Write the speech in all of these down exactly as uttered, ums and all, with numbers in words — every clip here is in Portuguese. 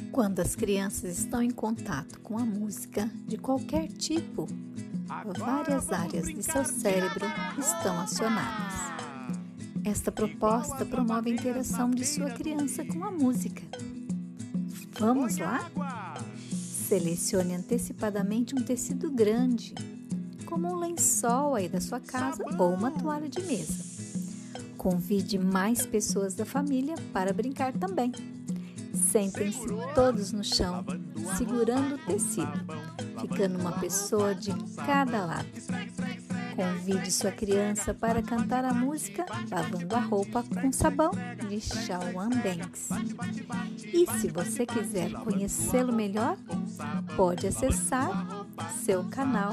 Quando as crianças estão em contato com a música de qualquer tipo, várias áreas de seu cérebro estão acionadas. Esta proposta promove a interação de sua criança com a música. Vamos lá? Selecione antecipadamente um tecido grande, como um lençol aí da sua casa ou uma toalha de mesa. Convide mais pessoas da família para brincar também. Sentem-se todos no chão, segurando o tecido, ficando uma pessoa de cada lado. Convide sua criança para cantar a música Lavando a Roupa com Sabão, de Shawn Mendes. E se você quiser conhecê-lo melhor, pode acessar seu canal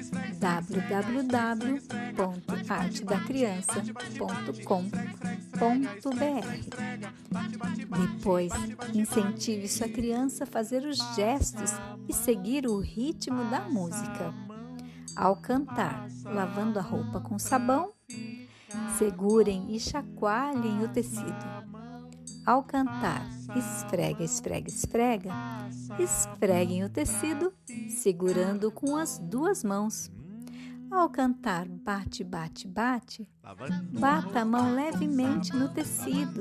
w w w ponto arte da criança ponto com ponto b r. Depois, incentive sua criança a fazer os gestos e seguir o ritmo da música. Ao cantar Lavando a Roupa com Sabão, segurem e chacoalhem o tecido. Ao cantar Esfrega, Esfrega, Esfrega, esfreguem o tecido, segurando com as duas mãos. Ao cantar Bate, Bate, Bate, bata a mão levemente no tecido.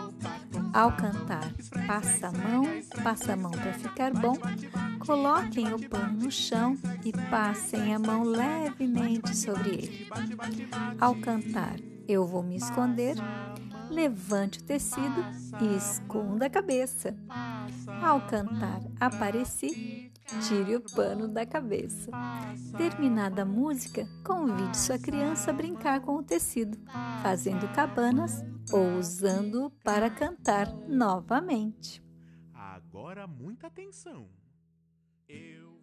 Ao cantar Passa a mão, passa a mão para ficar bom, coloquem o pano no chão e passem a mão levemente sobre ele. Ao cantar Eu vou me esconder, levante o tecido e esconda a cabeça. Ao cantar Apareci, tire o pano da cabeça. Terminada a música, convide sua criança a brincar com o tecido, fazendo cabanas ou usando-o para cantar novamente. Agora muita atenção. Eu